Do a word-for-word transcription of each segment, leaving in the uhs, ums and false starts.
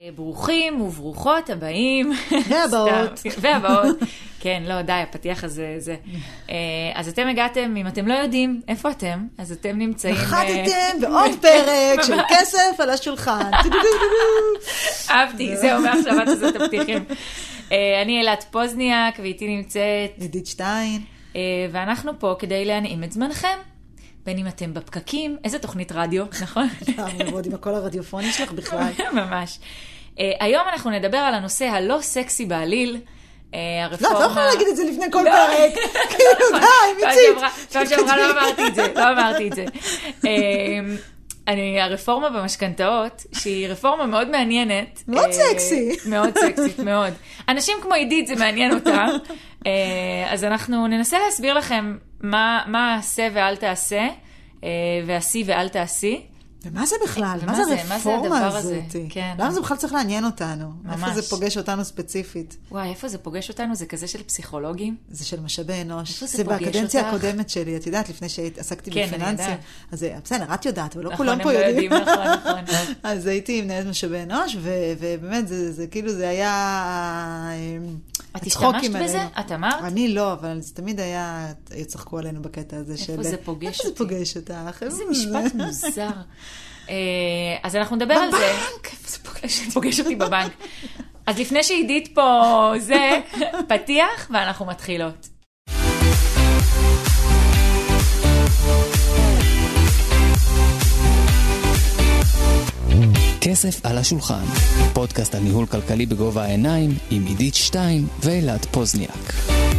ברוכים וברוכות הבאים. והבאות. והבאות. כן, לא, די, הפתיח הזה, זה. אז אתם הגעתם, אם אתם לא יודעים איפה אתם, אז אתם נמצאים... נחתתם בעוד פרק של כסף על השולחן. אהבתי, זהו, מעכשיו את עושה את הפתיחים. אני אלת פוזניאק, ואיתי נמצאת... עידית שטיין. ואנחנו פה כדי להנעים את זמנכם. בין אם אתם בפקקים, איזה תוכנית רדיו, נכון? לעבוד עם הכל הרדיופוני שלך בכלל. ממש. היום אנחנו נדבר על הנושא הלא סקסי בעליל. לא, את לא יכולה להגיד את זה לפני כל פרק. כאילו, די, מיצית. פעם שעברה לא אמרתי את זה, לא אמרתי את זה. אני, הרפורמה במשכנתאות, שהיא רפורמה מאוד מעניינת. מאוד סקסי. מאוד סקסית, מאוד. אנשים כמו עידית, זה מעניין אותם. אז אנחנו ננסה להסביר לכם מה, מה עשה ואל תעשה, ועשי ואל תעשי. ומה זה בכלל? מה זה הרפורמה הזאת? למה זה בכלל צריך לעניין אותנו? איפה זה פוגש אותנו ספציפית? וואי, איפה זה פוגש אותנו? זה כזה של פסיכולוגים? זה של משאבי אנוש. זה בקדנציה הקודמת שלי, את יודעת, לפני שעסקתי בפיננסיה. אז בסדר, את יודעת, אבל לא כולם פה יודעים. נכון, נכון. אז הייתי מנהלת משאבי אנוש, ובאמת, זה כאילו, זה היה... את השתמשת בזה? את אמרת? אני לא, אבל זה תמיד היה, יצחקו עלינו בקטע הזה של... איפה זה פוגש אותי? איפה זה פוגש אותך? איזה משפט מוזר. אז אנחנו נדבר על זה. בבנק! איפה זה פוגש אותי? פוגש אותי בבנק. אז לפני שעידית פה זה, פתיח, ואנחנו מתחילות. כסף על השולחן, פודקאסט על ניהול כלכלי בגובה העיניים עם עידית שטיין ואלת פוזניאק.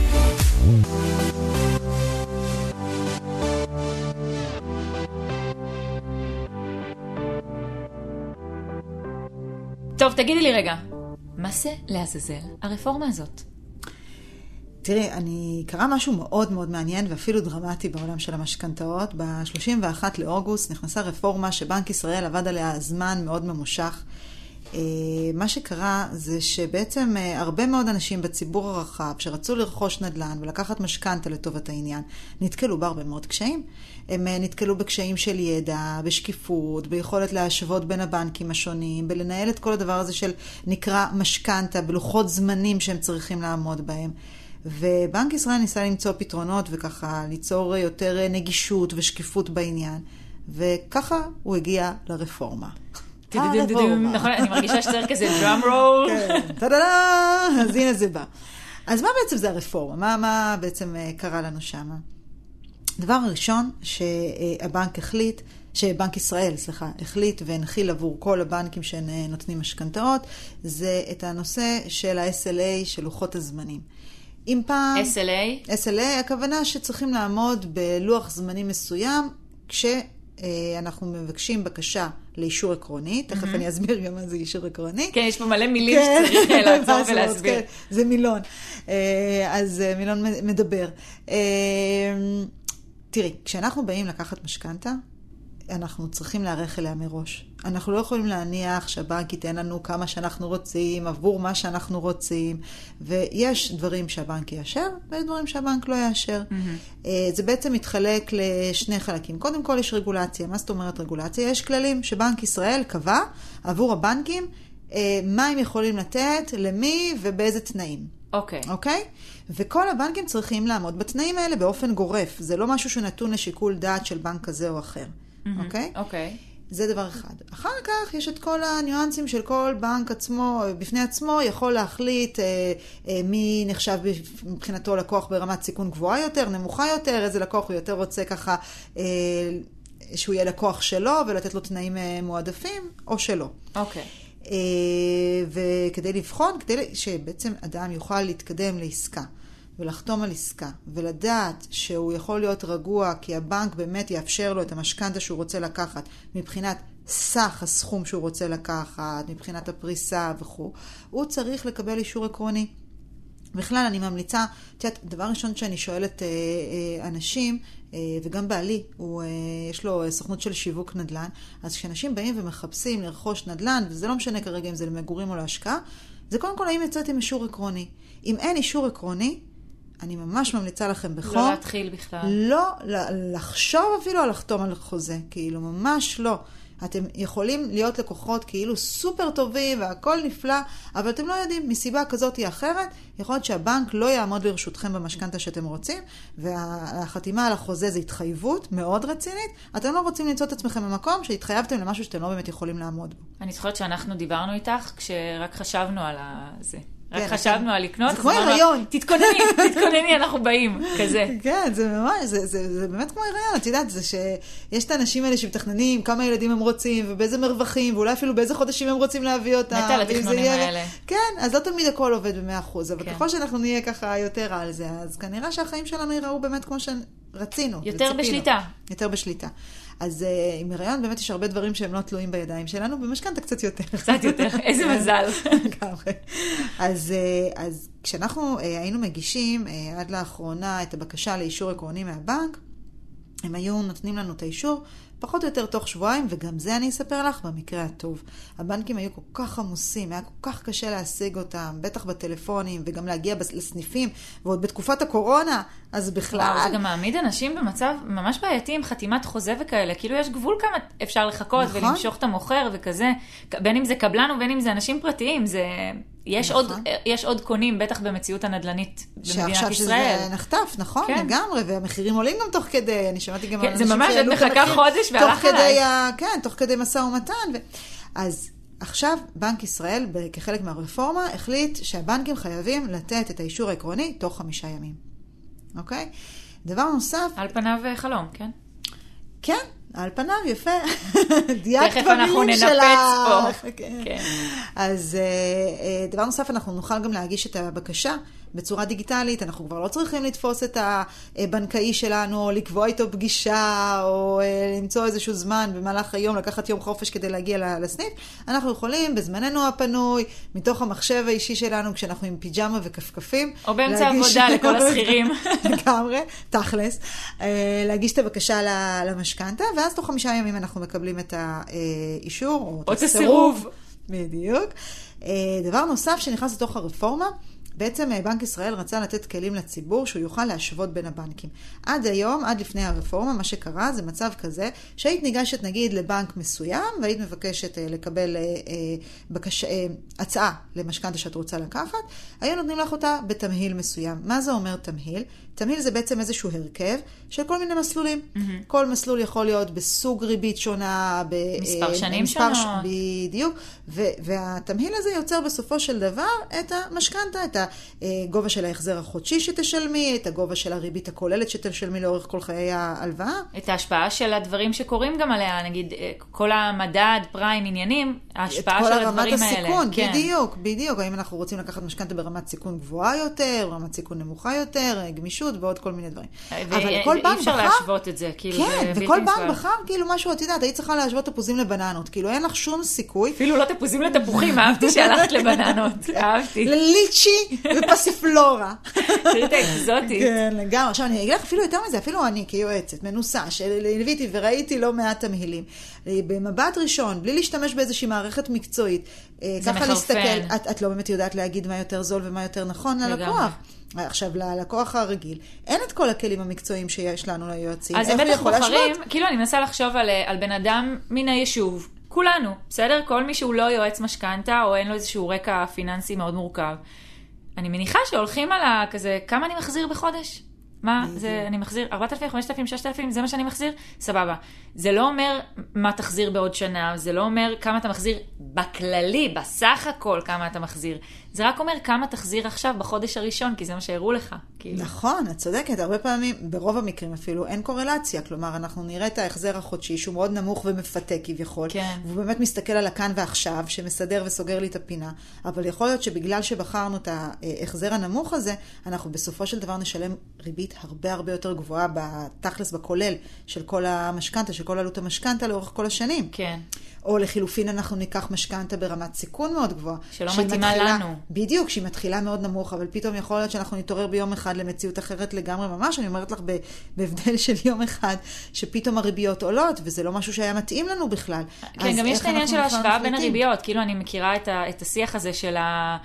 טוב, תגידי לי רגע, מה זה לעזאזל הרפורמה הזאת? תראי, אני קרא משהו מאוד מאוד מעניין ואפילו דרמטי בעולם של המשכנתאות. ב-שלושים ואחד לאוגוסט נכנסה רפורמה שבנק ישראל עבד עליה זמן מאוד ממושך. מה שקרה זה שבעצם הרבה מאוד אנשים בציבור הרחב שרצו לרכוש נדל"ן ולקחת משכנתה לטובת העניין, נתקלו בהרבה מאוד קשיים. הם נתקלו בקשיים של ידע, בשקיפות, ביכולת להשוות בין הבנקים השונים, בלנהל את כל הדבר הזה של נקרא משכנתה, בלוחות זמנים שהם צריכים לעמוד בהם. ובנק ישראל ניסה למצוא פתרונות וככה ליצור יותר נגישות ושקיפות בעניין, וככה הוא הגיע לרפורמה. נכון, אני מרגישה שצריך כזה דראם רול. כן, טה-דה-דה, אז הנה זה בא. אז מה בעצם זה הרפורמה? מה בעצם קרה לנו שם? דבר הראשון שהבנק החליט, שבנק ישראל, סליחה, החליט והנחיל עבור כל הבנקים שנותנים משכנתאות, זה את הנושא של ה-אס אל איי, של לוחות הזמנים. אם פעם... אס אל איי? אס אל איי, הכוונה שצריכים לעמוד בלוח זמנים מסוים, כשאנחנו מבקשים בקשה לאישור עקרוני. תכף אני אסביר גם מה זה אישור עקרוני. כן, יש פה מלא מילים שצריך לעצור ולהסביר. זה מילון. אז מילון מדבר. תראי, כשאנחנו באים לקחת משכנתה, אנחנו צריכים להערך אליה מראש. אנחנו לא יכולים להניח שהבנק ייתן לנו כמה שאנחנו רוצים, עבור מה שאנחנו רוצים, ויש דברים שהבנק יאשר, ויש דברים שהבנק לא יאשר. Mm-hmm. זה בעצם מתחלק לשני חלקים. קודם כל יש רגולציה. מה זאת אומרת רגולציה? יש כללים שבנק ישראל קבע עבור הבנקים, מה הם יכולים לתת, למי ובאיזה תנאים. אוקיי. Okay. אוקיי? Okay? וכל הבנקים צריכים לעמוד בתנאים האלה באופן גורף. זה לא משהו שנתון לשיקול דעת של בנק כזה או אחר. אוקיי? אוקיי. זה דבר אחד. אחר כך יש את כל הניואנסים של כל בנק עצמו, בפני עצמו יכול להחליט אה, אה, מי נחשב מבחינתו לקוח ברמת סיכון גבוהה יותר, נמוכה יותר, איזה לקוח הוא יותר רוצה ככה אה, שהוא יהיה לקוח שלו ולתת לו תנאים אה, מועדפים או שלא. אוקיי. אה, וכדי לבחון, כדי שבעצם אדם יוכל להתקדם לעסקה. ולחתום על עסקה, ולדעת שהוא יכול להיות רגוע, כי הבנק באמת יאפשר לו את המשכנתה שהוא רוצה לקחת, מבחינת סך הסכום שהוא רוצה לקחת, מבחינת הפריסה וכו', הוא צריך לקבל אישור עקרוני. בכלל, אני ממליצה, תיאת, דבר ראשון שאני שואלת אה, אה, אנשים, אה, וגם בעלי, הוא, אה, יש לו סוכנות של שיווק נדל"ן, אז כשאנשים באים ומחפשים לרכוש נדל"ן, וזה לא משנה כרגע אם זה למגורים או להשקעה, זה קודם כל האם יצאת עם אישור עקרוני. אם אין אישור עקרוני, אני ממש ממליצה לכם בחום. לא להתחיל בכלל. לא לחשוב אפילו על לחתום על חוזה, כאילו ממש לא. אתם יכולים להיות לקוחות כאילו סופר טובים והכל נפלא, אבל אתם לא יודעים, מסיבה כזאת היא אחרת, יכול להיות שהבנק לא יעמוד לרשותכם במשכנתה שאתם רוצים, והחתימה על החוזה זה התחייבות מאוד רצינית, אתם לא רוצים למצוא את עצמכם במקום שהתחייבתם למשהו שאתם לא באמת יכולים לעמוד בו. אני זוכרת שאנחנו דיברנו איתך כשרק חשבנו על זה. רק חשבנו על לקנות. זה כמו הריון. תתכונני, תתכונני, אנחנו באים, כזה. כן, זה ממש, זה באמת כמו הריון. את יודעת, זה שיש את האנשים האלה שמתכננים כמה ילדים הם רוצים, ובאיזה מרווחים, ואולי אפילו באיזה חודשים הם רוצים להביא אותם. מתה על התכנונים האלה. כן, אז לא תמיד הכל עובד ב-מאה אחוז, אבל ככל שאנחנו נהיה ככה יותר על זה, אז כנראה שהחיים שלנו ייראו באמת כמו שרצינו. יותר בשליטה. יותר בשליטה. אז uh, עם הריון באמת יש הרבה דברים שהם לא תלויים בידיים שלנו, במשכנתה קצת יותר. קצת יותר, איזה מזל. אז, uh, אז כשאנחנו uh, היינו מגישים uh, עד לאחרונה את הבקשה לאישור עקרוני מהבנק, הם היו נותנים לנו את האישור פחות או יותר תוך שבועיים, וגם זה אני אספר לך במקרה הטוב. הבנקים היו כל כך עמוסים, היה כל כך קשה להשיג אותם, בטח בטלפונים, וגם להגיע לסניפים, ועוד בתקופת הקורונה, אז בכלל... וואו, זה גם מעמיד אנשים במצב ממש בעייתי עם חתימת חוזה וכאלה, כאילו יש גבול כמה אפשר לחכות, נכון? ולמשוך את המוכר וכזה, בין אם זה קבלן ובין אם זה אנשים פרטיים, זה... יש, נכון. עוד, יש עוד קונים, בטח במציאות הנדלנית במדינת ישראל. שעכשיו שזה נחטף, נכון, כן. לגמרי, והמחירים עולים גם תוך כדי, אני שמעתי גם... כן, זה ממש, את מחכה חודש והלך עליי. ה... כן, תוך כדי מסע ומתן. ו... אז עכשיו בנק ישראל, כחלק מהרפורמה, החליט שהבנקים חייבים לתת את האישור העקרוני תוך חמישה ימים. אוקיי? דבר נוסף... על פניו חלום, כן? כן. על פניו, יפה. דייקת תכף אנחנו ננפץ פה. כן. אז דבר נוסף, אנחנו נוכל גם להגיש את הבקשה בצורה דיגיטלית. אנחנו כבר לא צריכים לתפוס את הבנקאי שלנו, או לקבוע איתו פגישה, או למצוא איזשהו זמן במהלך היום, לקחת יום חופש כדי להגיע לסניף. אנחנו יכולים בזמננו הפנוי, מתוך המחשב האישי שלנו, כשאנחנו עם פיג'מה וכפכפים. או באמצע עבודה לכל השכירים. לגמרי, תכלס. להגיש את הבקשה למשכנתה, ואז תוך חמישה ימים אנחנו מקבלים את האישור, או את הסירוב. בדיוק. דבר נוסף שנכנס לתוך הרפורמה, בעצם בנק ישראל רצה לתת כלים לציבור שהוא יוכל להשוות בין הבנקים. עד היום, עד לפני הרפורמה, מה שקרה זה מצב כזה, שהיית ניגשת נגיד לבנק מסוים, והיית מבקשת לקבל בקש... הצעה למשכנתה שאת רוצה לקחת, היו נותנים לך אותה בתמהיל מסוים. מה זה אומר תמהיל? תמהיל זה בעצם איזשהו הרכב של כל מיני מסלולים. Mm-hmm. כל מסלול יכול להיות בסוג ריבית שונה, מספר שנים שונות. ש... בדיוק. ו... והתמהיל הזה יוצר בסופו של דבר את המשכנתה, את הגובה של ההחזר החודשי שתשלמי, את הגובה של הריבית הכוללת שתשלמי לאורך כל חיי ההלוואה. את ההשפעה של הדברים שקורים גם עליה, נגיד כל המדד, פריים, עניינים, ההשפעה של הדברים האלה. כל הרמת הסיכון, כן. בדיוק, בדיוק. האם אנחנו רוצים לקחת משכנתה ברמת סיכון גבוהה יותר, ברמת סיכון נמוכה יותר, גמישות ועוד כל מיני דברים. אבל כל בנק בחר... אי אפשר להשוות את זה, כאילו, כן, וכל בנק בחר, כאילו משהו, את יודעת, היית צריכה להשוות תפוזים לבננות, כאילו אין לך שום סיכוי. אפילו לא תפוזים לתפוחים, אהבתי שהלכת לבננות, אהבתי. לליצ'י ופסיפלורה. תראי את האקזוטית. כן, לגמרי. עכשיו אני אגיד לך אפילו יותר מזה, אפילו אני כיועצת, מנוסה, שלוויתי וראיתי לא מעט תמהילים. במבט ראשון, בלי להשתמש באיזושהי מערכת מקצועית, ככה להסתכל, את, את לא באמת יודעת להגיד מה יותר זול ומה יותר נכון ללקוח. עכשיו, ללקוח הרגיל, אין את כל הכלים המקצועיים שיש לנו ליועצים. אז זה בטח בוחרים, כאילו אני מנסה לחשוב על, על בן אדם מן היישוב, כולנו, בסדר? כל מי שהוא לא יועץ משכנתה, או אין לו איזשהו רקע פיננסי מאוד מורכב. אני מניחה שהולכים על כזה, כמה אני מחזיר בחודש? מה? זה, אני מחזיר ארבעת אלפים, חמשת אלפים, ששת אלפים, זה מה שאני מחזיר? סבבה. זה לא אומר מה תחזיר בעוד שנה, זה לא אומר כמה אתה מחזיר בכללי, בסך הכל כמה אתה מחזיר. זה רק אומר כמה תחזיר עכשיו בחודש הראשון, כי זה מה שהראו לך. כאילו. נכון, את צודקת. הרבה פעמים, ברוב המקרים אפילו, אין קורלציה. כלומר, אנחנו נראה את ההחזר החודשי, שהוא מאוד נמוך ומפתה כביכול. כן. והוא באמת מסתכל על הכאן ועכשיו, שמסדר וסוגר לי את הפינה. אבל יכול להיות שבגלל שבחרנו את ההחזר הנמוך הזה, אנחנו בסופו של דבר נשלם ריבית הרבה הרבה יותר גבוהה בתכלס, בכולל של כל המשכנתה, של כל עלות המשכנתה לאורך כל השנים. כן. או לחילופין אנחנו ניקח משכנתה ברמת סיכון מאוד גבוהה. שלא מתאימה לנו. בדיוק, שהיא מתחילה מאוד נמוך, אבל פתאום יכול להיות שאנחנו נתעורר ביום אחד למציאות אחרת לגמרי ממש. אני אומרת לך בהבדל של יום אחד, שפתאום הריביות עולות, וזה לא משהו שהיה מתאים לנו בכלל. כן, גם יש את העניין של ההשוואה בין הריביות. כאילו אני מכירה את, ה, את השיח הזה של ה...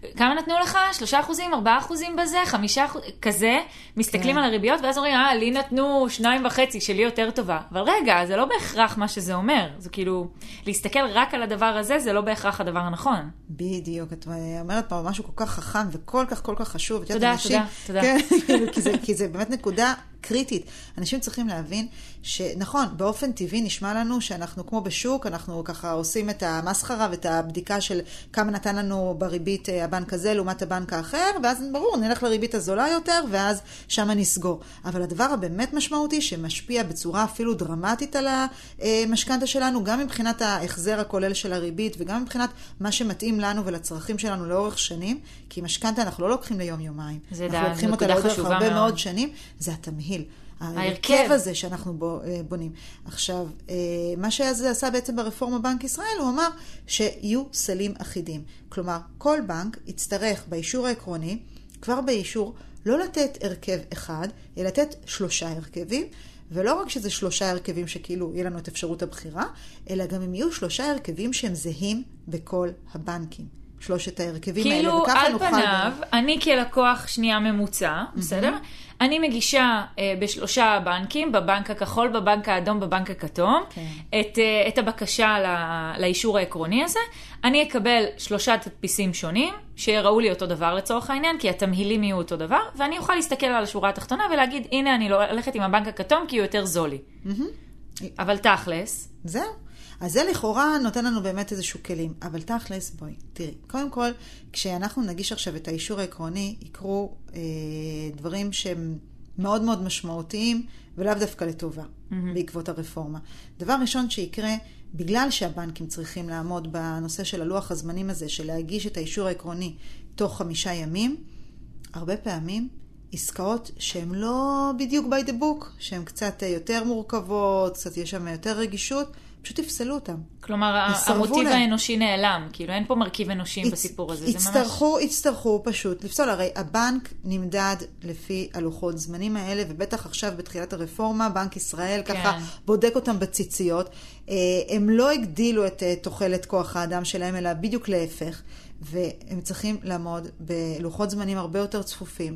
כמה נתנו לך? שלושה אחוזים, ארבעה אחוזים בזה, חמישה אחוז, כזה, מסתכלים כן. על הריביות, ואז אומרים, אה, לי נתנו שניים וחצי, שלי יותר טובה. אבל רגע, זה לא בהכרח מה שזה אומר. זה כאילו, להסתכל רק על הדבר הזה, זה לא בהכרח הדבר הנכון. בדיוק, את אומרת פה משהו כל כך חכם וכל כך כל כך חשוב. תודה, תודה, תודה. כן, כי זה, כי זה באמת נקודה קריטית. אנשים צריכים להבין שנכון, באופן טבעי נשמע לנו שאנחנו כמו בשוק, אנחנו ככה עושים את המסחרה ואת הבדיקה של כמה נתן לנו בריבית הבנק הזה לעומת הבנק האחר, ואז ברור, נלך לריבית הזולה יותר, ואז שם נסגור. אבל הדבר הבאמת משמעותי, שמשפיע בצורה אפילו דרמטית על המשכנתה שלנו, גם מבחינת ההחזר הכולל של הריבית, וגם מבחינת מה שמתאים לנו ולצרכים שלנו לאורך שנים, כי משכנתה אנחנו לא לוקחים ליום יומיים. זה אנחנו לוקחים אותה לאורך הרבה מאוד שנים, זה התמהיל. ההרכב הזה שאנחנו בונים. עכשיו, מה שזה עשה בעצם ברפורמה בנק ישראל, הוא אמר שיהיו סלים אחידים. כלומר, כל בנק יצטרך באישור העקרוני, כבר באישור, לא לתת הרכב אחד, אלא לתת שלושה הרכבים, ולא רק שזה שלושה הרכבים שכאילו יהיה לנו את אפשרות הבחירה, אלא גם הם יהיו שלושה הרכבים שהם זהים בכל הבנקים. שלושת ההרכבים האלה, כאילו, וככה על נוכל... פניו, אני כלקוח שנייה ממוצע, בסדר? אני מגישה אה, בשלושה בנקים, בבנק הכחול, בבנק האדום, בבנק הכתום, כן. את, אה, את הבקשה ל, לאישור העקרוני הזה. אני אקבל שלושה תדפיסים שונים, שיראו לי אותו דבר לצורך העניין, כי התמהילים יהיו אותו דבר, ואני אוכל להסתכל על השורה התחתונה ולהגיד, הנה אני לא הולכת עם הבנק הכתום, כי הוא יותר זולי. אבל תכלס... זהו. אז זה לכאורה נותן לנו באמת איזשהו כלים, אבל תכלס, בואי, תראי, קודם כל, כשאנחנו נגיש עכשיו את האישור העקרוני, יקרו אה, דברים שהם מאוד מאוד משמעותיים, ולאו דווקא לטובה, mm-hmm. בעקבות הרפורמה. דבר ראשון שיקרה, בגלל שהבנקים צריכים לעמוד בנושא של הלוח הזמנים הזה, של להגיש את האישור העקרוני תוך חמישה ימים, הרבה פעמים, עסקאות שהן לא בדיוק by the book, שהן קצת יותר מורכבות, קצת יש שם יותר רגישות, פשוט יפסלו אותם. כלומר, המוטיב האנושי נעלם, כאילו אין פה מרכיב אנושי בסיפור הזה. יצטרכו, יצטרכו פשוט לפסול. הרי הבנק נמדד לפי הלוחות זמנים האלה, ובטח עכשיו בתחילת הרפורמה, בנק ישראל ככה בודק אותם בציציות. הם לא הגדילו את תוחלת כוח האדם שלהם, אלא בדיוק להפך, והם צריכים לעמוד בלוחות זמנים הרבה יותר צפופים,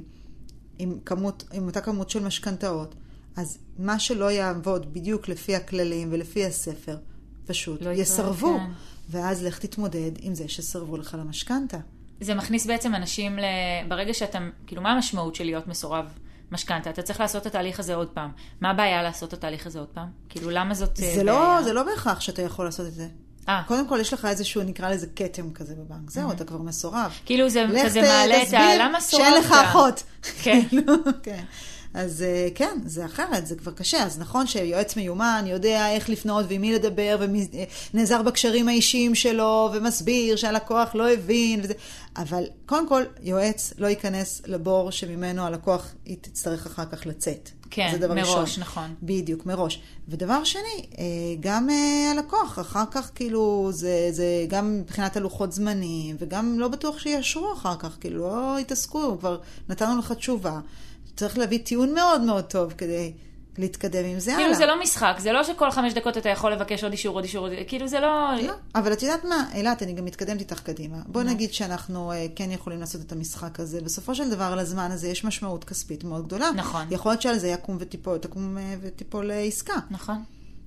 עם כמות, עם אותה כמות של משכנתאות. אז מה שלא יעבוד בדיוק לפי הכללים ולפי הספר, פשוט לא יסרבו. כן. ואז לך תתמודד עם זה שסרבו לך למשכנתה. זה מכניס בעצם אנשים, ברגע שאתה, כאילו מה המשמעות של להיות מסורב משכנתה? אתה צריך לעשות את התהליך הזה עוד פעם. מה הבעיה לעשות את התהליך הזה עוד פעם? כאילו למה זאת זה לא, זה לא בהכרח שאתה יכול לעשות את זה. 아. קודם כל יש לך איזשהו, נקרא לזה קטם כזה בבנק. זהו, אתה כבר מסורב. כאילו זה כזה מעלה את ה... למה סורבת? שאין לך אחות. כן. כן. אז כן, זה אחרת, זה כבר קשה. אז נכון שיועץ מיומן יודע איך לפנות ועם מי לדבר, ונעזר בקשרים האישיים שלו, ומסביר שהלקוח לא הבין, וזה... אבל קודם כל, יועץ לא ייכנס לבור שממנו הלקוח תצטרך אחר כך לצאת. כן, זה דבר מראש, ראשון. נכון. בדיוק, מראש. ודבר שני, גם הלקוח, אחר כך כאילו, זה, זה גם מבחינת הלוחות זמנים, וגם לא בטוח שישרו אחר כך, כאילו, לא יתעסקו, כבר נתנו לך תשובה. צריך להביא טיעון מאוד מאוד טוב כדי להתקדם עם זה הלאה. כאילו זה לא משחק, זה לא שכל חמש דקות אתה יכול לבקש עוד אישור, עוד אישור, כאילו זה לא... לא, אבל את יודעת מה, אילת, אני גם מתקדמת איתך קדימה. בוא נגיד שאנחנו כן יכולים לעשות את המשחק הזה. בסופו של דבר, לזמן הזה יש משמעות כספית מאוד גדולה. נכון. יכול להיות שעל זה יקום וטיפול, תקום וטיפול עסקה. נכון.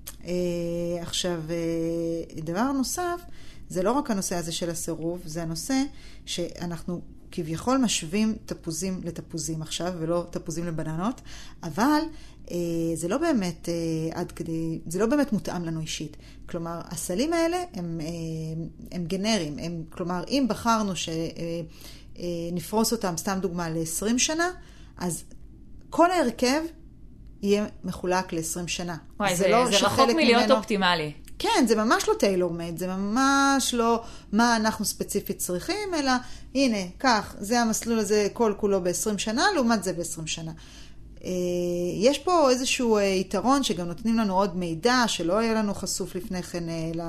עכשיו, דבר נוסף, זה לא רק הנושא הזה של הסירוב, זה הנושא שאנחנו... כביכול משווים תפוזים לתפוזים עכשיו, ולא תפוזים לבננות, אבל אה, זה לא באמת אה, עד כדי, זה לא באמת מותאם לנו אישית. כלומר, הסלים האלה הם, אה, הם גנריים. הם, כלומר, אם בחרנו שנפרוס אותם, סתם דוגמה, ל-עשרים שנה, אז כל ההרכב יהיה מחולק ל-עשרים שנה. וואי, זה, זה, לא זה רחוק מלהיות ממנו... אופטימלי. כן, זה ממש לא טיילור מייד, זה ממש לא מה אנחנו ספציפית צריכים, אלא הנה, כך, זה המסלול הזה כל כולו ב-עשרים שנה, לעומת זה ב-עשרים שנה. יש פה איזשהו יתרון שגם נותנים לנו עוד מידע, שלא יהיה לנו חשוף לפני כן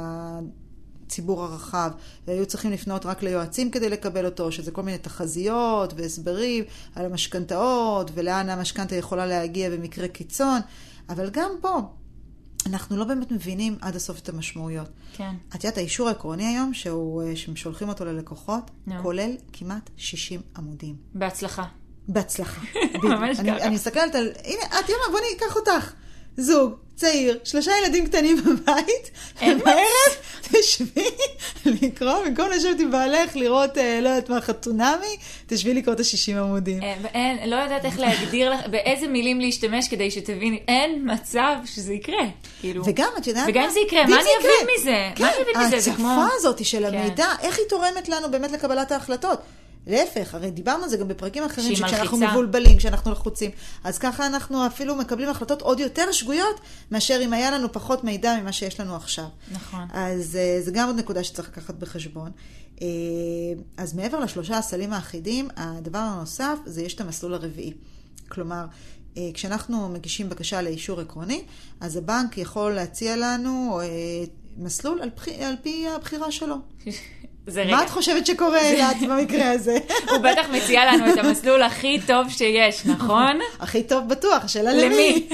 לציבור הרחב, והיו צריכים לפנות רק ליועצים כדי לקבל אותו, שזה כל מיני תחזיות והסברים על המשכנתאות, ולאן המשכנתה יכולה להגיע במקרה קיצון, אבל גם פה, אנחנו לא באמת מבינים עד הסוף את המשמעויות. כן. את יודעת, האישור העקרוני היום, שהוא, ששולחים אותו ללקוחות, no. כולל כמעט שישים עמודים. בהצלחה. בהצלחה. ממש ככה. אני, אני מסתכלת על, הנה, את יודעת, בוא ניקח אותך. זוג, צעיר, שלושה ילדים קטנים בבית, ובערב תשבי לקרוא, במקום לשבת עם בעלך, לראות, לא יודעת מה, חתונמי, תשבי לקרוא את ה-שישים עמודים. אין, לא יודעת איך להגדיר לך, באיזה מילים להשתמש כדי שתביני, אין מצב שזה יקרה. וגם, את יודעת, וגם זה יקרה, מה אני אבין מזה? מה אני אבין מזה? ההצפה הזאת של המידע, איך היא תורמת לנו באמת לקבלת ההחלטות? להפך, הרי דיברנו על זה גם בפרקים אחרים, שכשאנחנו מבולבלים, כשאנחנו לחוצים, אז ככה אנחנו אפילו מקבלים החלטות עוד יותר שגויות, מאשר אם היה לנו פחות מידע ממה שיש לנו עכשיו. נכון. אז זה גם עוד נקודה שצריך לקחת בחשבון. אז מעבר לשלושה הסלים האחידים, הדבר הנוסף זה יש את המסלול הרביעי. כלומר, כשאנחנו מגישים בקשה לאישור עקרוני, אז הבנק יכול להציע לנו מסלול על פי, על פי הבחירה שלו. מה את חושבת שקורה אלת במקרה הזה? הוא בטח מציע לנו את המסלול הכי טוב שיש, נכון? הכי טוב בטוח, השאלה למי?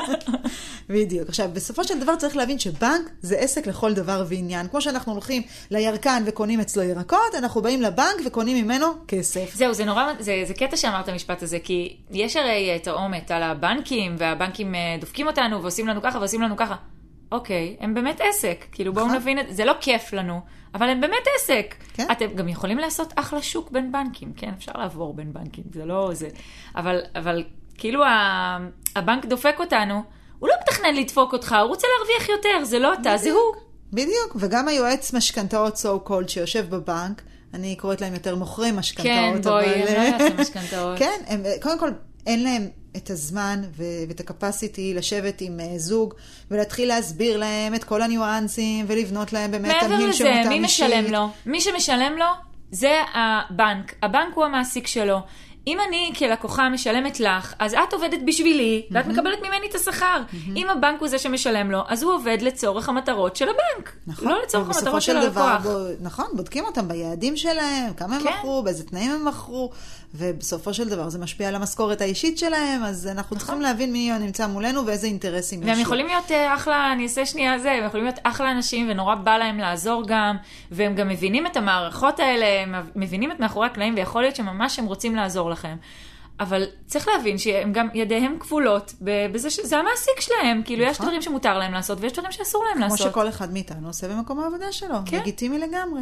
בדיוק. עכשיו, בסופו של דבר צריך להבין שבנק זה עסק לכל דבר ועניין. כמו שאנחנו הולכים לירקן וקונים אצלו ירקות, אנחנו באים לבנק וקונים ממנו כסף. זהו, זה נורא, זה, זה קטע שאמרת המשפט הזה, כי יש הרי את העומת על הבנקים, והבנקים דופקים אותנו ועושים לנו ככה ועושים לנו ככה. אוקיי, הם באמת עסק. כאילו בואו נבין את זה. זה לא כיף לנו, אבל הם באמת עסק. כן. אתם גם יכולים לעשות אחלה שוק בין בנקים, כן? אפשר לעבור בין בנקים, זה לא זה. אבל, אבל כאילו הבנק דופק אותנו, הוא לא מתכנן לדפוק אותך, הוא רוצה להרוויח יותר, זה לא אתה, זה הוא. בדיוק, וגם היועץ משכנתאות so called שיושב בבנק, אני קוראת להם יותר מוכרים משכנתאות. כן, בואי, אבל... הם לא יעשו משכנתאות. כן, הם, קודם כל, אין להם את הזמן ואת הקפסיטי לשבת עם זוג, ולהתחיל להסביר להם את כל הניואנסים, ולבנות להם באמת תמהיל שמותאם אישית. מעבר לזה, מי משלם לו? מי שמשלם לו, זה הבנק. הבנק הוא המעסיק שלו. אם אני כלקוחה משלמת לך, אז את עובדת בשבילי, ואת מקבלת ממני את השכר. אם הבנק הוא זה שמשלם לו, אז הוא עובד לצורך המטרות של הבנק. לא לצורך המטרות של הלקוח. נכון, בודקים אותם ביעדים שלהם, כמה הם מכרו, באיזה תנאים הם מכרו, ובסופו של דבר זה משפיע על המשכורת האישית שלהם, אז אנחנו צריכים להבין מי נמצא מולנו ואיזה אינטרסים יש לו. והם יכולים להיות אחלה, אני אעשה שנייה זה, הם יכולים להיות אחלה אנשים, ונורא בא להם לעזור גם, והם גם מבינים את המערכות האלה, הם מבינים את מאחורי הקלעים, ויכול להיות שממש הם רוצים לעזור לכם. אבל צריך להבין שהם גם ידיהם כפולות בזה שזה המעסיק שלהם. כאילו יש דברים שמותר להם לעשות, ויש דברים שאסור להם לעשות. כמו שכל אחד מאיתנו עושה במקום העבודה שלו. לגיטימי לגמרי.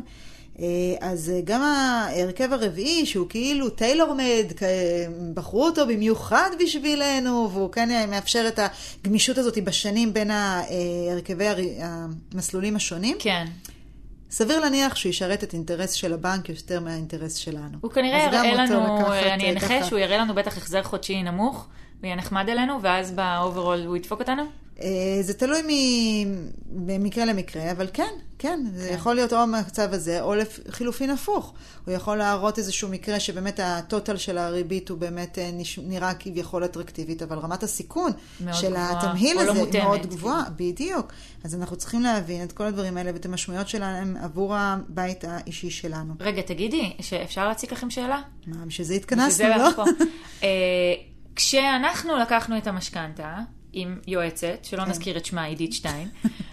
אז גם ההרכב הרביעי, שהוא כאילו טיילור מד, בחרו אותו במיוחד בשבילנו, והוא כן מאפשר את הגמישות הזאת בשנים בין ההרכבי המסלולים השונים. כן. סביר להניח שהוא ישרת את אינטרס של הבנק יותר מהאינטרס שלנו. הוא כנראה יראה לנו, אני אנחה שהוא יראה לנו בטח החזר חודשי נמוך, ויהיה נחמד אלינו, ואז באוברול הוא ידפוק אותנו? זה תלוי ממקרה למקרה, אבל כן, כן, זה יכול להיות או המצב הזה, או חילופין הפוך. הוא יכול להראות איזשהו מקרה שבאמת הטוטל של הריבית הוא באמת נראה כביכול אטרקטיבית, אבל רמת הסיכון של התמהיל הזה היא מאוד גבוהה, בדיוק. אז אנחנו צריכים להבין את כל הדברים האלה ואת המשמעויות שלהם עבור הבית האישי שלנו. רגע, תגידי, שאפשר להציג לכם שאלה? מה, שזה התכנסנו, לא? כשאנחנו לקחנו את המשכנתה, עם יועצת, שלא נזכיר את שמה, עידית שטיין,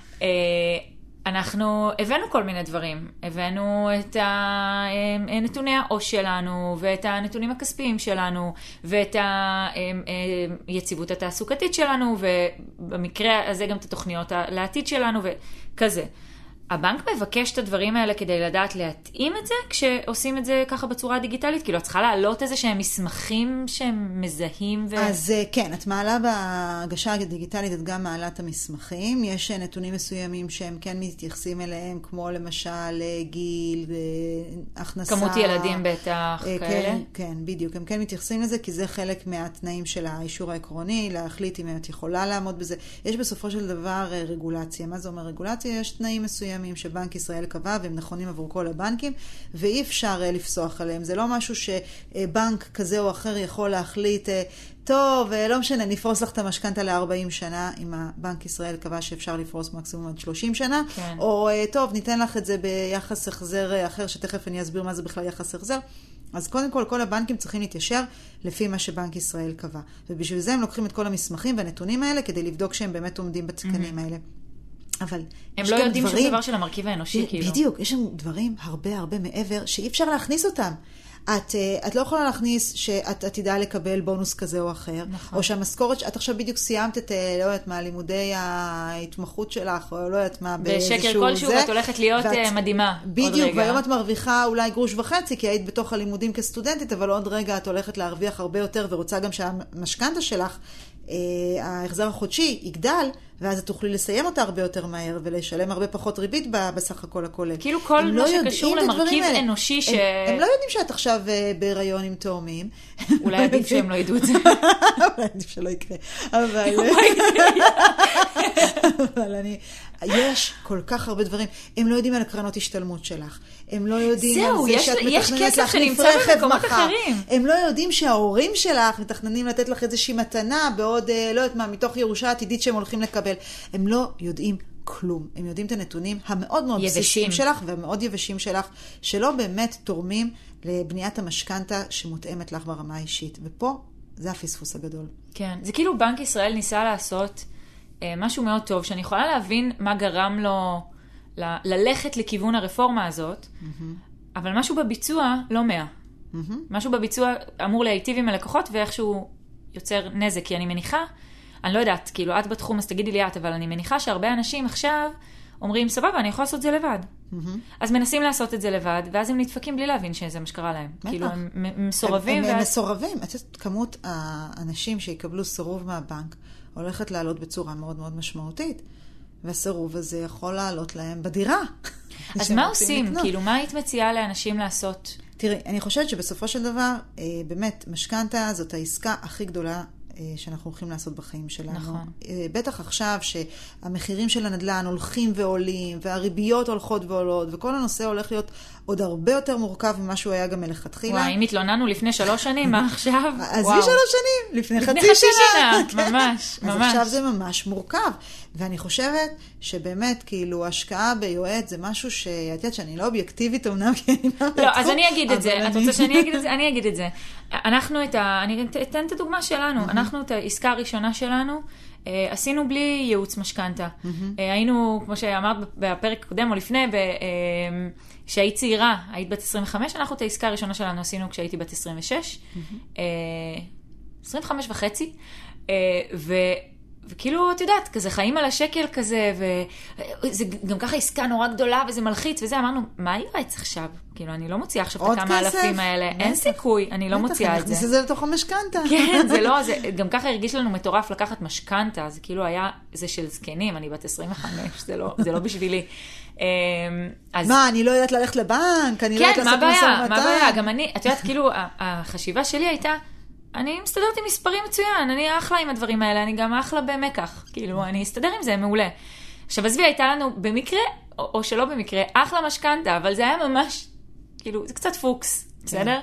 אנחנו הבאנו כל מיני דברים. הבאנו את נתוני העו"ש שלנו, ואת הנתונים הכספיים שלנו, ואת היציבות התעסוקתית שלנו, ובמקרה הזה גם את התוכניות לעתיד שלנו, וכזה. הבנק מבקש את הדברים האלה כדי לדעת להתאים את זה, כשעושים את זה ככה בצורה דיגיטלית? כאילו, את צריכה להעלות איזה שהם מסמכים שהם מזהים ו... אז כן, את מעלה בהגשה הדיגיטלית, את גם מעלה את המסמכים. יש נתונים מסוימים שהם כן מתייחסים אליהם, כמו למשל גיל, הכנסה. כמות ילדים בטח, כן, כאלה? כן, בדיוק. הם כן מתייחסים לזה, כי זה חלק מהתנאים של האישור העקרוני, להחליט אם את יכולה לעמוד בזה. יש בסופו של דבר רגולציה. מה זה אומר רגולציה? יש תנאים מסוימים שבנק ישראל קבע, והם נכונים עבור כל הבנקים, ואי אפשר לפסוח עליהם. זה לא משהו שבנק כזה או אחר יכול להחליט טוב, לא משנה, נפרוס לך את המשכנתה ל-ארבעים שנה, אם הבנק ישראל קבע שאפשר לפרוס מקסימום עד שלושים שנה, כן. או טוב, ניתן לך את זה ביחס החזר אחר, שתכף אני אסביר מה זה בכלל יחס החזר. אז קודם כל, כל הבנקים צריכים להתיישר לפי מה שבנק ישראל קבע. ובשביל זה הם לוקחים את כל המסמכים והנתונים האלה, כדי לבדוק שהם באמת עומדים בתקנים האלה. אבל הם לא יודעים שום דבר של המרכיב האנושי, כאילו. בדיוק, יש שם דברים הרבה הרבה מעבר, שאי אפשר להכניס אותם. את, את לא יכולה להכניס שאת תדע לקבל בונוס כזה או אחר, נכון. או שהמשכורת, את עכשיו בדיוק סיימת את, לא יודעת מה, לימודי ההתמחות שלך, או לא יודעת מה, בשקל כלשהו, ואת הולכת להיות ואת, מדהימה. בדיוק, והיום את מרוויחה אולי גרוש וחצי, כי היית בתוך הלימודים כסטודנטית, אבל עוד רגע את הולכת להרוויח הרבה יותר, ורוצה גם שהמשכנתה שלך, ההחזר החודשי יגדל, ואז את תוכלי לסיים אותה הרבה יותר מהר, ולשלם הרבה פחות ריבית בסך הכל הכולל. כאילו כל מה שקשור למרכיב אנושי ש... הם לא יודעים שאת עכשיו בהיריון עם תאומים. אולי עדיף שהם לא ידעו את זה. אולי עדיף שלא יקרה. אבל... אבל אני... יש כל כך הרבה דברים. הם לא יודעים על הקרנות השתלמות שלך. הם לא יודעים על זה שאת מתכננת להחליף רכב מחר. הם לא יודעים שההורים שלך מתכננים לתת לך איזושהי מתנה בעוד, לא יודעת מה, מתוך ירושה עתידית שהם הולכים לקבל. הם לא יודעים כלום. הם יודעים את הנתונים המאוד מאוד בסיסיים שלך והמאוד יבשים שלך, שלא באמת תורמים לבניית המשכנתה שמותאמת לך ברמה האישית. ופה זה הפספוס הגדול. כן. זה כאילו בנק ישראל ניסה לעשות משהו מאוד טוב, שאני יכולה להבין מה גרם לו ל- ללכת לכיוון הרפורמה הזאת, mm-hmm. אבל משהו בביצוע לא מאה. Mm-hmm. משהו בביצוע אמור להיטיב עם הלקוחות, ואיכשהו יוצר נזק, כי אני מניחה, אני לא יודעת, כאילו את בתחום, אז תגידי לי את, אבל אני מניחה שהרבה אנשים עכשיו אומרים, סבבה, אני יכולה לעשות את זה לבד. Mm-hmm. אז מנסים לעשות את זה לבד, ואז הם נדפקים בלי להבין שזה מה שקרה להם. בטח. כאילו הם, הם מסורבים. הם, הם, ואז... הם מסורבים. את יודעת, כמות האנשים שיקבלו סירוב מהבנק, הולכת לעלות בצורה מאוד מאוד משמעותית, והסירוב הזה יכול לעלות להם בדירה. אז מה עושים? לקנות. כאילו, מה היית מציעה לאנשים לעשות? תראי, אני חושבת שבסופו של דבר, באמת, משכנתה זאת העסקה הכי גדולה שאנחנו הולכים לעשות בחיים שלנו. נכון. בטח עכשיו שהמחירים של הנדל"ן הולכים ועולים, והריביות הולכות ועולות, וכל הנושא הולך להיות עוד הרבה יותר מורכב ממה שהוא היה גם מלכתחילה. וואי, אם התלוננו לפני שלוש שנים, מה עכשיו? אז מי שלוש שנים? לפני חצי שנה. ממש, ממש. אז עכשיו זה ממש מורכב. ואני חושבת שבאמת, כאילו, השקעה ביועץ זה משהו שאת יודעת שאני לא אובייקטיבית אומנם, כי אני לא... לא, אז אני אגיד את זה. את רוצה שאני אגיד את זה? אני אגיד את זה. אנחנו את ה... אני אתן את הדוגמה שלנו. אנחנו את העסקה הראשונה שלנו, עשינו בלי ייעוץ משכנתה. היינו, כמו שאמרת בפרק הקודם או לפני, שהיית צעירה, היית בת עשרים וחמש, אנחנו את העסקה הראשונה שלנו עשינו כשהייתי בת עשרים ושש, עשרים וחמש וחצי, ו... וכאילו, את יודעת, כזה חיים על השקל כזה, וזה גם ככה עסקה נורא גדולה, וזה מלחיץ, וזה, אמרנו, מה יועץ עכשיו? כאילו, אני לא מוציאה עכשיו את כמה אלפים האלה. אין סיכוי, אני לא מוציאה את זה. זה זה לתוך המשכנתה. כן, זה לא, זה גם ככה הרגיש לנו מטורף לקחת משכנתה, זה כאילו היה, זה של זקנים, אני בת עשרים וחמש, זה לא, זה לא בשבילי. מה, אני לא יודעת ללכת לבנק, אני לא יודעת לעשות משא ומתן. מה הבעיה? גם אני, את יודעת, כאילו, החשיבה שלי הייתה, אני מסתדרת עם מספרים מצוין, אני אחלה עם הדברים האלה, אני גם אחלה במקח, כאילו, אני אסתדר עם זה, מעולה. עכשיו, עזבי, הייתה לנו במקרה, או, או שלא במקרה, אחלה משכנתה, אבל זה היה ממש, כאילו, זה קצת פוקס, בסדר?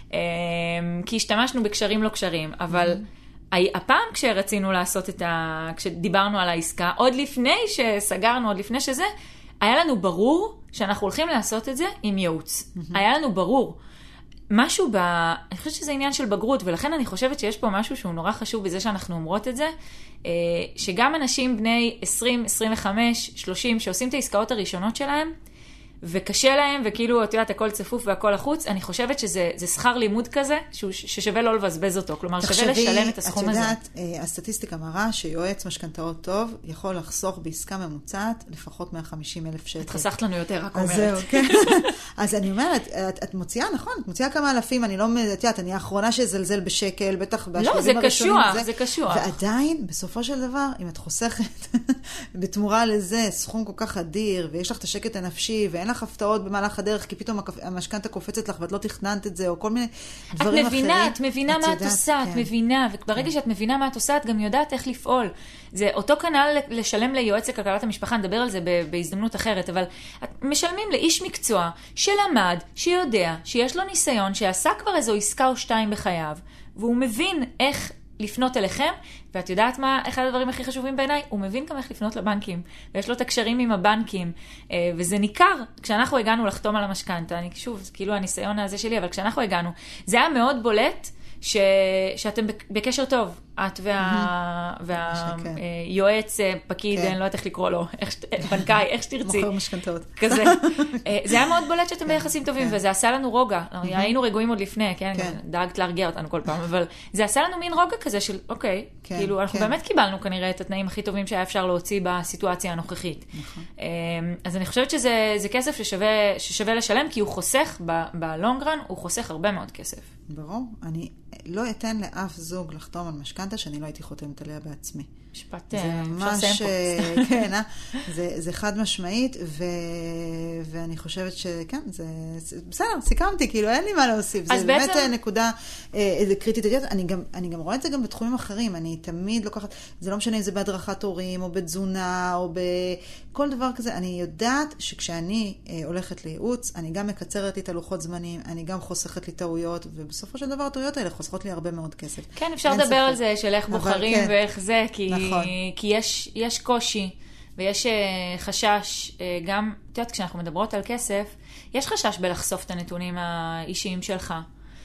כי השתמשנו בקשרים לא קשרים, אבל הפעם כשרצינו לעשות את ה... כשדיברנו על העסקה, עוד לפני שסגרנו, עוד לפני שזה, היה לנו ברור שאנחנו הולכים לעשות את זה עם ייעוץ. היה לנו ברור. משהו ב... אני חושבת שזה עניין של בגרות, ולכן אני חושבת שיש פה משהו שהוא נורא חשוב בזה שאנחנו אומרות את זה, שגם אנשים בני עשרים, עשרים וחמש, שלושים, שעושים את העסקאות הראשונות שלהם, וקשה להם, וכאילו, את יודעת, הכל צפוף והכל החוץ, אני חושבת שזה זה שכר לימוד כזה, ששווה לא לבזבז אותו, כלומר, שווה לשלם את הסכום הזה. את יודעת, הסטטיסטיקה מראה שיועץ משכנתאות טוב יכול לחסוך בעסקה ממוצעת לפחות מאה וחמישים אלף שקל. את חסכת לנו יותר, רק אומרת. אז זהו, כן. אז אני אומרת, את מוציאה, נכון, את מוציאה כמה אלפים, אני לא, את יודעת, אני האחרונה שזלזל בשקל, בטח בשלבים הראשונים. לא, זה קשוח, זה קשוח. ועדיין, בסופו של דבר, אם את חוסכת בתמורה לזה, סכום כל כך אדיר, ויש לך את השקט הנפשי, ואין לך הפתעות במהלך הדרך, כי פתאום המשכנתה קופצת לך, ואת לא תכננת את זה, או כל מיני דברים אחרים. את מבינה, את מבינה מה את עושה, את מבינה, וברגע שאת מבינה מה את עושה, את גם יודעת איך לפעול. זה אותו כנל לשלם ליועץ לכלכלת המשפחה, נדבר על זה בהזדמנות אחרת, אבל משלמים לאיש מקצוע שלמד, שיודע, שיש לו ניסיון, שעשה כבר איזו עסקה או שתיים בחייו, והוא מבין איך לפנות אליכם, ואת יודעת מה, אחד הדברים הכי חשובים בעיניי, הוא מבין גם איך לפנות לבנקים, ויש לו את הקשרים עם הבנקים, וזה ניכר, כשאנחנו הגענו לחתום על המשכנתה, אני שוב, כאילו הניסיון הזה שלי, אבל כשאנחנו הגענו, זה היה מאוד בולט, ש... שאתם בקשר טוב, את והיועץ, וה... פקיד, אני לא יודעת איך לקרוא לו, בנקאי, איך שתרצי. מוכר משכנתאות. כזה. זה היה מאוד בולט שאתם ביחסים טובים, וזה עשה לנו רוגע. היינו רגועים עוד לפני, כן? דאגת להרגיע אותנו כל פעם, אבל זה עשה לנו מין רוגע כזה של, אוקיי, כאילו, אנחנו באמת קיבלנו כנראה את התנאים הכי טובים שהיה אפשר להוציא בסיטואציה הנוכחית. אז אני חושבת שזה כסף ששווה לשלם, כי הוא חוסך, בלונגרן, הוא חוסך הרבה מאוד כסף. ברור. אני לא אתן לאף זוג לחתום על משכנתה שאני לא הייתי חותמת עליה בעצמי. משפט, זה ממש, כן, זה, זה חד משמעית, ו, ואני חושבת שכן, זה, בסדר, סיכמתי, כאילו, אין לי מה להוסיף. זה באמת בעצם... נקודה איזה קריטית. אני גם, אני גם רואה את זה גם בתחומים אחרים. אני תמיד לוקחת, זה לא משנה אם זה בהדרכת הורים, או בתזונה, או בכל דבר כזה. אני יודעת שכשאני הולכת לייעוץ, אני גם מקצרת לי את הלוחות זמנים, אני גם חוסכת לי טעויות, ובסופו של דבר הטעויות האלה חוסכות לי הרבה מאוד כסף. כן, אפשר לדבר על זה, של איך בוחרים ואיך זה, כי נכון. כי יש, יש קושי ויש חשש, גם, את יודעת, כשאנחנו מדברות על כסף, יש חשש בלחשוף את הנתונים האישיים שלך.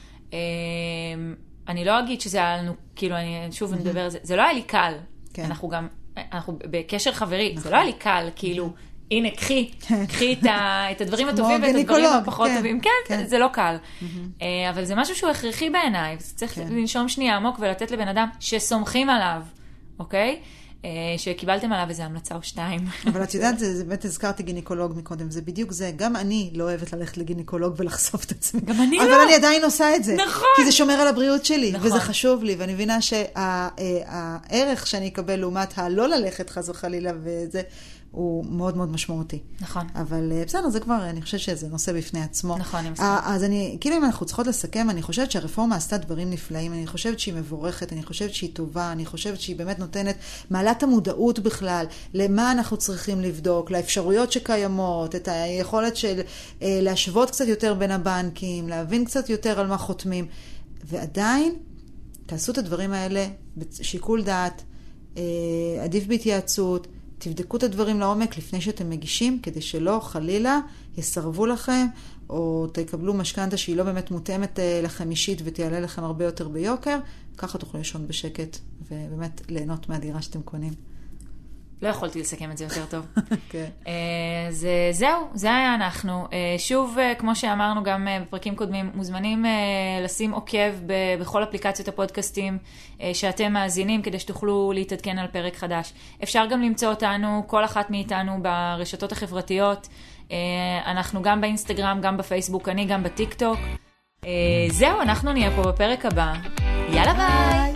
אני לא אגיד שזה היה לנו, כאילו, אני שוב מדבר על זה, זה לא היה לי קל. כן. אנחנו גם, אנחנו בקשר חברי, נכון. זה לא היה לי קל, כאילו, הנה, קחי, קחי את, ה, את הדברים הטובים ואת הדברים הפחות כן, טובים. כן, כן, זה לא קל. Mm-hmm. אבל זה משהו שהוא הכרחי בעיניי. צריך כן. לנשום שנייה עמוק ולתת לבן אדם שסומכים עליו. אוקיי? שקיבלתם עליו איזו המלצה או שתיים. אבל את יודעת, זה באמת הזכרתי גינקולוג מקודם, זה בדיוק זה. גם אני לא אוהבת ללכת לגינקולוג ולחשוף את עצמי. גם אני לא. אבל אני עדיין עושה את זה. נכון. כי זה שומר על הבריאות שלי, נכון. וזה חשוב לי, ואני מבינה שהערך שאני אקבל לעומת הלא ללכת חס וחלילה וזה, הוא מאוד מאוד משמעותי. נכון. אבל בסדר, זה כבר, אני חושבת שזה נושא בפני עצמו. נכון, אני מסכים. אז אני, כאילו אם אנחנו צריכות לסכם, אני חושבת שהרפורמה עשתה דברים נפלאים, אני חושבת שהיא מבורכת, אני חושבת שהיא טובה, אני חושבת שהיא באמת נותנת מעלת המודעות בכלל, למה אנחנו צריכים לבדוק, לאפשרויות שקיימות, את היכולת של להשוות קצת יותר בין הבנקים, להבין קצת יותר על מה חותמים, ועדיין, תעשו את הדברים האלה בשיקול דעת, עדיף בהתייעצות, תבדקו את הדברים לעומק לפני שאתם מגישים, כדי שלא חלילה יסרבו לכם, או תקבלו משכנתה שהיא לא באמת מותאמת לכם אישית ותעלה לכם הרבה יותר ביוקר, ככה תוכלו לישון בשקט ובאמת ליהנות מהדירה שאתם קונים. לא יכולתי לסכם את זה יותר טוב. אז זהו, זה היה אנחנו. שוב, כמו שאמרנו גם בפרקים קודמים, מוזמנים לשים עוקב בכל אפליקציות הפודקאסטים שאתם מאזינים, כדי שתוכלו להתעדכן על פרק חדש. אפשר גם למצוא אותנו, כל אחת מאיתנו, ברשתות החברתיות. אנחנו גם באינסטגרם, גם בפייסבוק, אני גם בטיק טוק. זהו, אנחנו נהיה פה בפרק הבא. יאללה ביי!